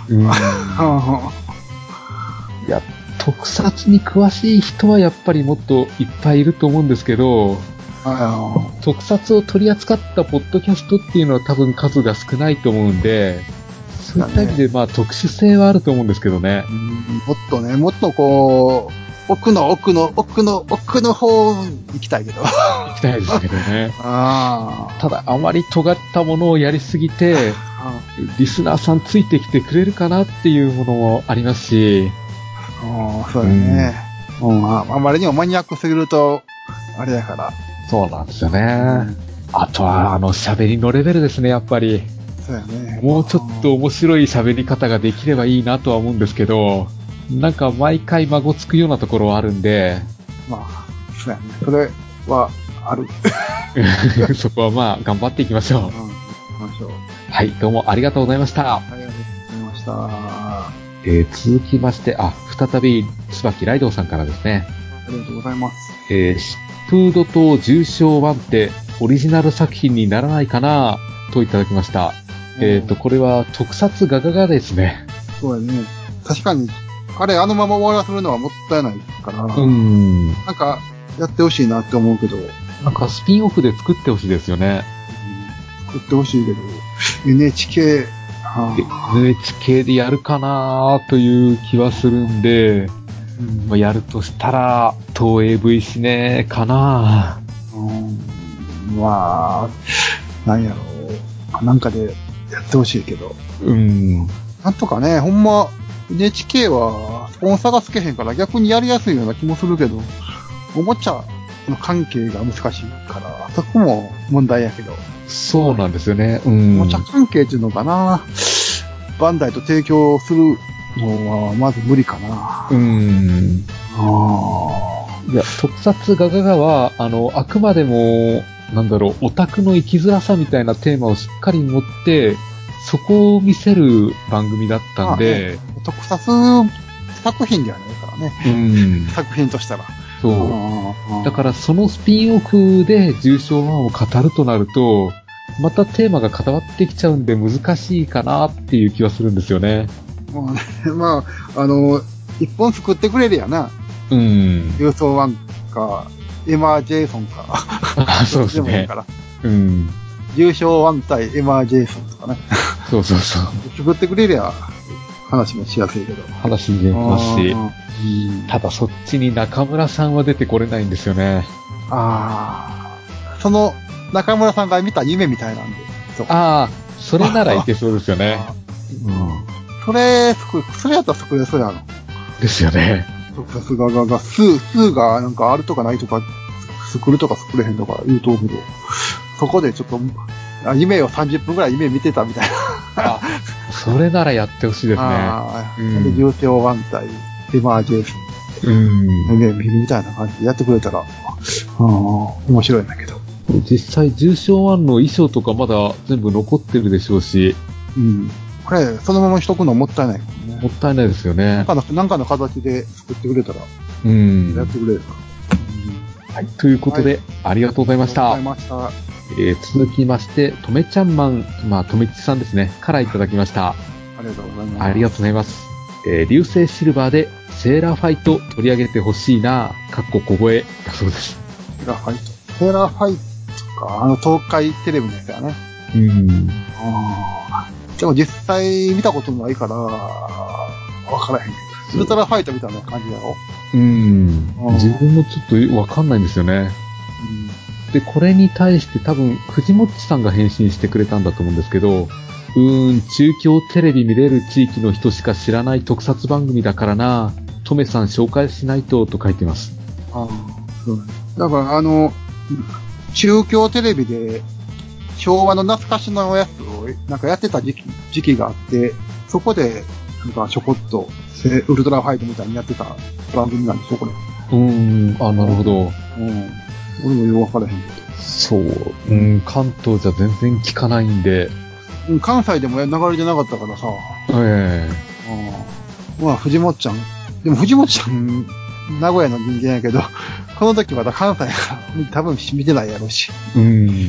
いや、特撮に詳しい人はやっぱりもっといっぱいいると思うんですけど、特撮を取り扱ったポッドキャストっていうのは多分数が少ないと思うんで、そういった意味でまあ特殊性はあると思うんですけどね。 もっとこう、奥の方行きたいけど。 行きたいですけどね。ただあまり尖ったものをやりすぎて、リスナーさんついてきてくれるかなっていうものもありますし。 そうだね。あまりにもマニアックすぎると、あれだから。 そうなんですよね。あとは、喋りのレベルですね、やっぱり。 そうやね。 もうちょっと面白い喋り方ができればいいなとは思うんですけど、なんか毎回孫つくようなところはあるんで。 まあ、そうやね。それは、ある。 そこはまあ、頑張っていきましょう。はい、どうもありがとうございました。 ありがとうございました。 続きまして、再び、椿ライドウさんからですね。 ありがとうございます。 疾風土と重賞1ってオリジナル作品にならないかなといただきました。これは特撮ガガガですね。 そうやね。確かに、あれあのまま終わらせるのはもったいないから。なんか、やってほしいなって思うけど。 なんかスピンオフで作ってほしいですよね。 作ってほしいけど、NHK でやるかなという気はするんで、やるとしたら、東映 V シネかな。 まあ、なんやろう。なんかでやってほしいけど。なんとかね、ほんま、NHK はスポンサーがつけへんから逆にやりやすいような気もするけど、おもちゃの関係が難しいから、そこも問題やけど。 そうなんですよね。 おもちゃ関係っていうのかな。バンダイと提供するのはまず無理かな。 いや、特撮ガガガは、あくまでも、オタクの生きづらさみたいなテーマをしっかり持って、そこを見せる番組だったんで。 特撮作品ではないからね。作品としたら。 そう。だからそのスピンオフで重賞1を語るとなると、またテーマが固まってきちゃうんで難しいかなっていう気はするんですよね。 まあ、一本作ってくれるやな。重賞1か、エマー・ジェイソンか。 そうですね。 重賞1対エマー・ジェイソンとかね。 そう。作ってくれりゃ、話もしやすいけど。 話に出ますし。ただそっちに中村さんは出てこれないんですよね。 その、中村さんが見た夢みたいなんで。 それならいけそうですよね。 それやったら作れそうやの。 ですよね。 さすが数がなんかあるとかないとか、作るとか作れへんとか言うと思うけど、そこでちょっと、夢を30分くらい夢見てたみたいな。 それならやってほしいですね。 で、重賞1対エマージェイソン。見るみたいな感じでやってくれたら、面白いんだけど。 実際、重賞1の衣装とかまだ全部残ってるでしょうし。 これ、そのまましとくのもったいないもんね。 もったいないですよね。 なんかの形で作ってくれたら、やってくれるから。 はい、ということで、ありがとうございました。続きまして、とめちゃんマン、とめちさんですね、からいただきました。 ありがとうございます。 ありがとうございます。流星シルバーでセーラーファイト取り上げてほしいな、小声だそうです。 セーラーファイトか、東海テレビのやつやね。でも実際見たことないから、わからへんけど。ウルトラファイトみたいな感じだろ？ 自分もちょっとわかんないんですよね。で、これに対して多分、藤もっちさんが返信してくれたんだと思うんですけど、中京テレビ見れる地域の人しか知らない特撮番組だからな、トメさん紹介しないと、と書いてます。 そうだから中京テレビで、昭和の懐かしのやつをなんかやってた時期があって、そこでなんかちょこっと、ウルトラファイトみたいにやってた番組なんでしょ、これ。 あ、なるほど。 俺もよくわからへんけど。 そう。関東じゃ全然聞かないんで。 関西でも流れてなかったからさ。まあ、藤本ちゃん。でも藤本ちゃん、名古屋の人間やけど、この時まだ関西やから、多分見てないやろうし。間違い。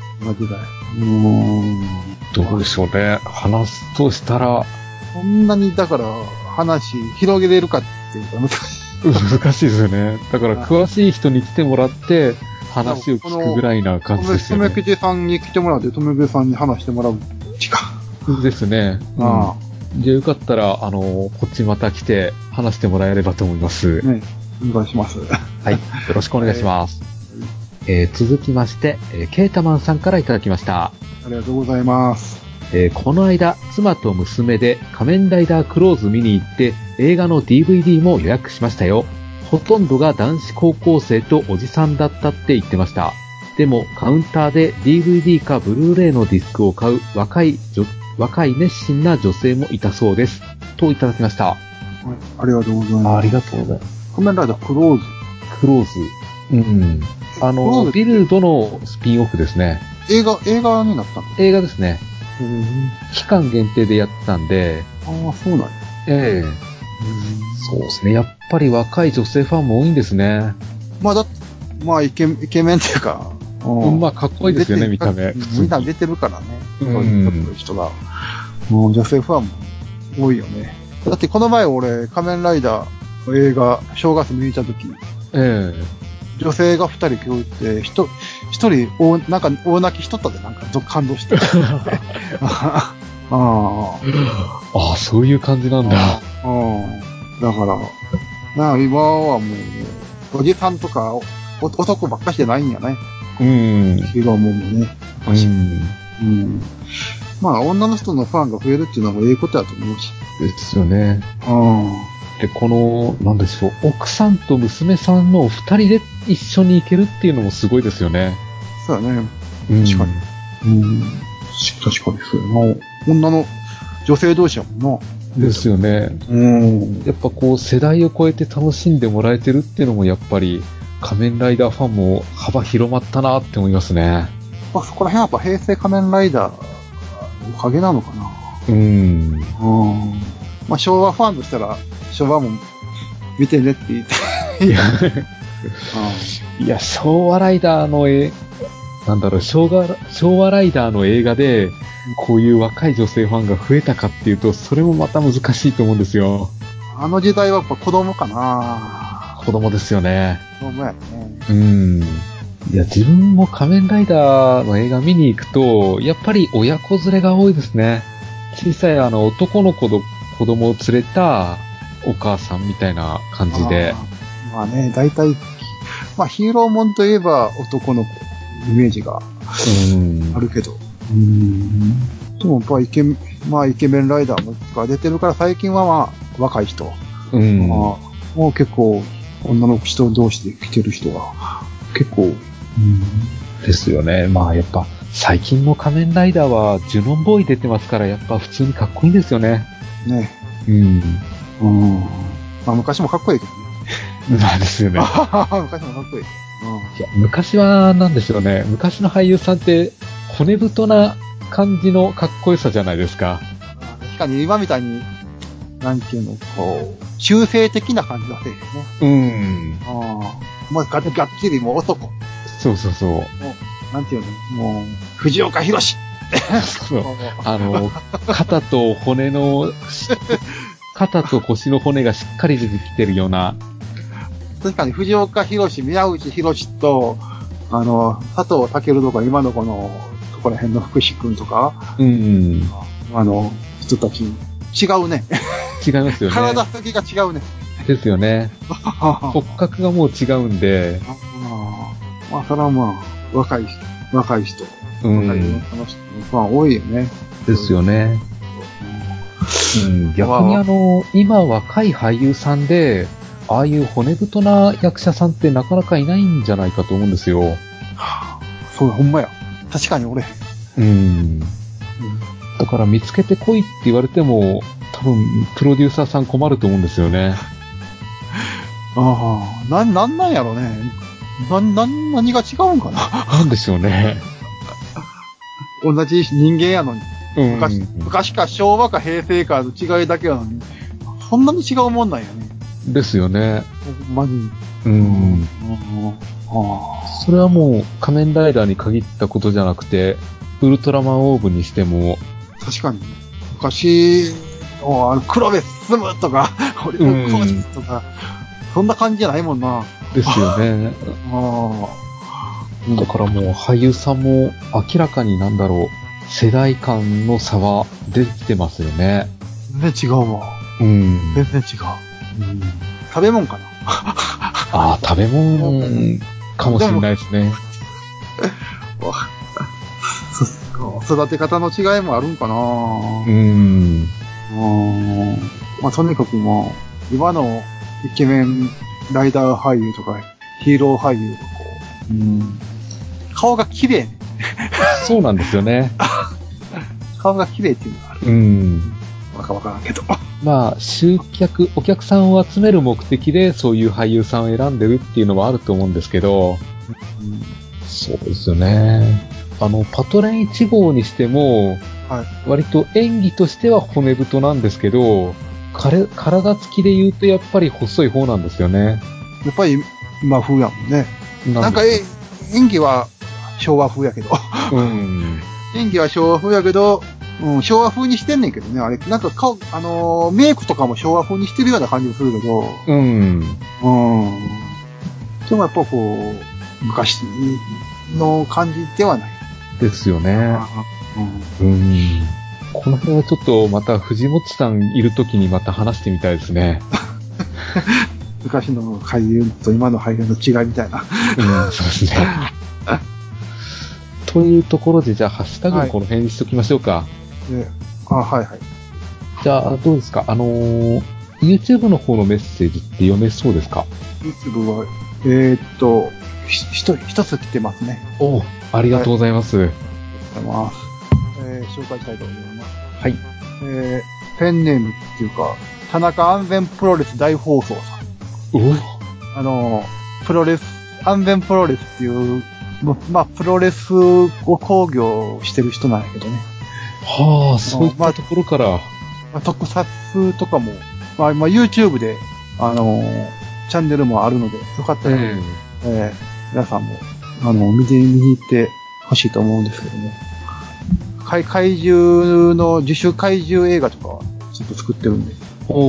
どうでしょうね。話すとしたら。 そんなに、だから、話広げれるかっていうか難しいですよね。だから、詳しい人に来てもらって、話を聞くぐらいな感じですよね。 とめくじさんに来てもらって、とめくじさんに話してもらうしか。 ですね。じゃあよかったら、こっちまた来て話してもらえればと思います。 ね、お願いします。 はい。よろしくお願いします。続きまして、ケータマンさんからいただきました。 ありがとうございます。 この間、妻と娘で仮面ライダークローズ見に行って、映画の DVD も予約しましたよ。ほとんどが男子高校生とおじさんだったって言ってました。でも、カウンターで DVD かブルーレイのディスクを買う若い熱心な女性もいたそうです。といただきました。 ありがとうございます。 ありがとうございます。 仮面ライダークローズ。 ビルドのスピンオフですね。 映画になったの？ 映画ですね。期間限定でやってたんで。 ああ、そうなんや。 そうですね。やっぱり若い女性ファンも多いんですね。 まあイケメンっていうか。 まあかっこいいですよね、見た目。 みんな出てるからね。そういう人が。女性ファンも多いよね。だってこの前俺、仮面ライダーの映画、正月見に行った時、女性が2人来って、1人、なんか大泣きしとったで、なんか感動して。 そういう感じなんだ。 だから、今はもう、おじさんとか男ばっかしじゃないんやね。色もね。まあ、女の人のファンが増えるっていうのはええことだと思うし。 ですよね。で、なんでしょう、奥さんと娘さんの二人で一緒に行けるっていうのもすごいですよね。 そうだね。確かに。確かにそうやな。女性同士やもんな。 ですよね。やっぱ世代を超えて楽しんでもらえてるっていうのもやっぱり、仮面ライダーファンも幅広まったなって思いますね。 そこら辺はやっぱ平成仮面ライダーのおかげなのかな。まあ昭和ファンとしたら、昭和も見てねって言って。 いや、昭和ライダーの昭和ライダーの映画で、こういう若い女性ファンが増えたかっていうと、それもまた難しいと思うんですよ。 あの時代はやっぱ子供かな。 子供ですよね。 子供やね。 いや、自分も仮面ライダーの映画見に行くと、やっぱり親子連れが多いですね。小さい男の子の子供を連れたお母さんみたいな感じで。 まあね、大体、まあヒーローもんといえば男の子イメージがあるけど。でもやっぱイケメンライダーが出てるから最近はまあ若い人。もう結構女の人同士で来てる人が結構、 ですよね。まあやっぱ最近の仮面ライダーはジュノンボーイ出てますからやっぱ普通にかっこいいんですよね。 ね。まあ昔もかっこいいけどね。 なんですよね。 昔もかっこいい。 いや、昔はなんでしょうね。昔の俳優さんって骨太な感じのかっこよさじゃないですか。 確かに今みたいに、なんていうの、中性的な感じだせえね。まあ、がっちりもう男。 そう。 なんていうの、もう、藤岡弘そう。肩と腰の骨がしっかり出てきてるような。 確かに藤岡弘、宮内弘と、佐藤健とか今のここら辺の福士くんとか、人たち、違うね。 違いますよね。 体つきが違うね。 ですよね。骨格がもう違うんで。 まあ、それはまあ、若い人。若い人のファン多いよね。 ですよね。逆に今若い俳優さんで、ああいう骨太な役者さんってなかなかいないんじゃないかと思うんですよ。 そうや、ほんまや。確かに俺。 だから見つけてこいって言われても、多多分、プロデューサーさん困ると思うんですよね。 ああ、なんやろね。何が違うんかな。 なんでしょうね。 同じ人間やのに。 うん。 昔か昭和か平成かの違いだけやのに。そんなに違うもんなんやね。 ですよね。 ほんまに。 それはもう仮面ライダーに限ったことじゃなくて、ウルトラマンオーブにしても。 確かに。昔、黒部進むとか、俺のコーチとか、そんな感じじゃないもんな。 ですよね。だからもう俳優さんも明らかに世代間の差は出てきてますよね。 全然違うわ。全然違う。食べ物かな。 ああ、食べ物かもしれないですね。 育て方の違いもあるんかな。まあ、とにかくもう、今のイケメンライダー俳優とか、ヒーロー俳優とか顔が綺麗ね。 そうなんですよね。 顔が綺麗っていうのがある。わからんけど。 まあ、お客さんを集める目的でそういう俳優さんを選んでるっていうのはあると思うんですけど、そうですよね。パトレン1号にしても、割と演技としては骨太なんですけど、体つきで言うとやっぱり細い方なんですよね。 やっぱり今風やもんね。なんか演技は昭和風やけど。演技は昭和風やけど、昭和風にしてんねんけどね、あれ。なんかメイクとかも昭和風にしてるような感じもするけど。でもやっぱこう、昔の感じではない。 ですよね。この辺はちょっとまた藤本さんいるときにまた話してみたいですね。 昔の俳優と今の俳優の違いみたいな。 そうですね。というところで、じゃあ、ハッシュタグこの辺にしときましょうか。じゃあ、どうですかYouTube の方のメッセージって読めそうですか？ YouTube は、一つ来てますね。 ありがとうございます。 ありがとうございます。紹介したいと思います。 はい。 ペンネームっていうか、田中安全プロレス大放送さん。プロレス、安全プロレスっていう、まあ、プロレスを工業してる人なんやけどね。 はあ、そういったところから。 特撮とかも、まあ、YouTube で、チャンネルもあるので、よかったら、皆さんも、見に行ってほしいと思うんですけどね。怪獣の、自主怪獣映画とかは、ちょっと作ってるんで。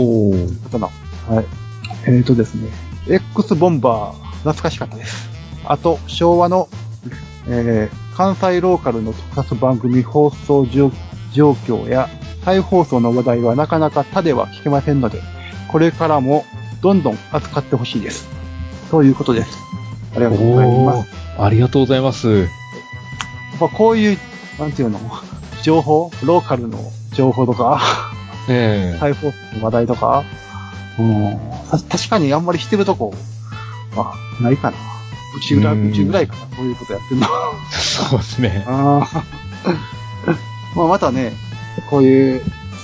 ですね。X ボンバー、懐かしかったです。あと、昭和の、関西ローカルの特撮番組放送状況や再放送の話題はなかなか他では聞けませんので、これからもどんどん扱ってほしいです。ということです。ありがとうございます。 ありがとうございます。やっぱこういう、なんていうの、情報、ローカルの情報とか、再放送の話題とか、確かにあんまりしてるとこ、ないかな。うちぐらいかな、こういうことやってるの。 そうですね。 まあまたね、こういう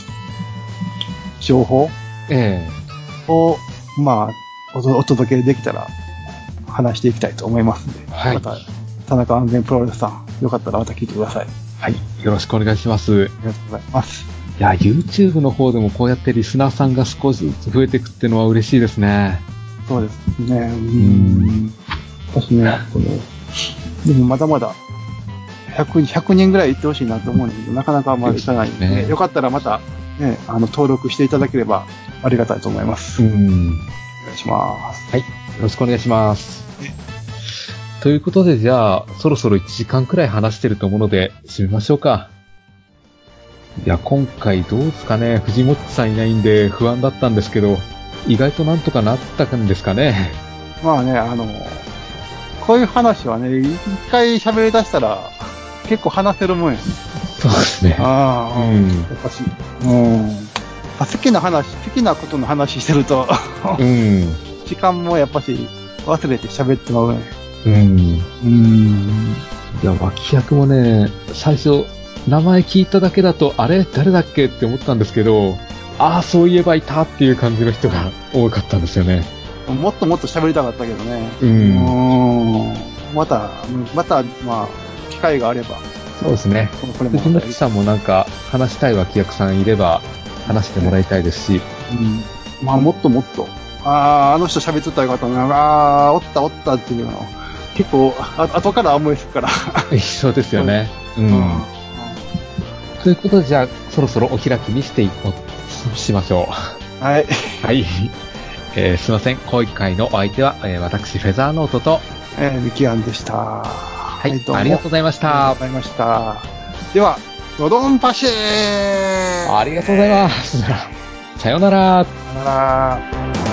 情報を、まあ、お届けできたら話していきたいと思いますので、また、田中安全プロレスさん、よかったらまた聞いてください。 はい。よろしくお願いします。 ありがとうございます。 いや、YouTube の方でもこうやってリスナーさんが少しずつ増えていくっていうのは嬉しいですね。 そうですね。私ね、でもまだまだ100人ぐらい行ってほしいなと思うんだけど、なかなかまだ行かないんで、ね、よかったらまた、ね、登録していただければありがたいと思います。お願いします。 はい。よろしくお願いします。ということで、じゃあ、そろそろ1時間くらい話してると思うので、締めましょうか。いや、今回どうですかね。藤本さんいないんで不安だったんですけど、意外となんとかなったんですかね。 まあね、こういう話はね、一回喋り出したら、結構話せるもんやね。 そうですね。 やっぱし、好きなことの話してると、時間もやっぱし忘れて喋ってまうね。 いや、脇役もね、最初、名前聞いただけだと、あれ誰だっけって思ったんですけど、 ああ、そういえばいたっていう感じの人が多かったんですよね。 もっともっと喋りたかったけどね。また、まあ、機会があれば。 そうですね。藤本さんもなんか話したい脇役さんいれば話してもらいたいですし。 まあ、もっともっと。あの人喋っとったらよかったな。おったっていうの。結構、後から思いつくから。 そうですよね。ということで、じゃあ、そろそろお開きにしましょう。はい。 はい。すいません。今回のお相手は、私、フェザーノートと、 ミキアンでした。 はい、ありがとうございました。 ありがとうございました。では、ドドンパシーありがとうございます。さよなら。 さよなら。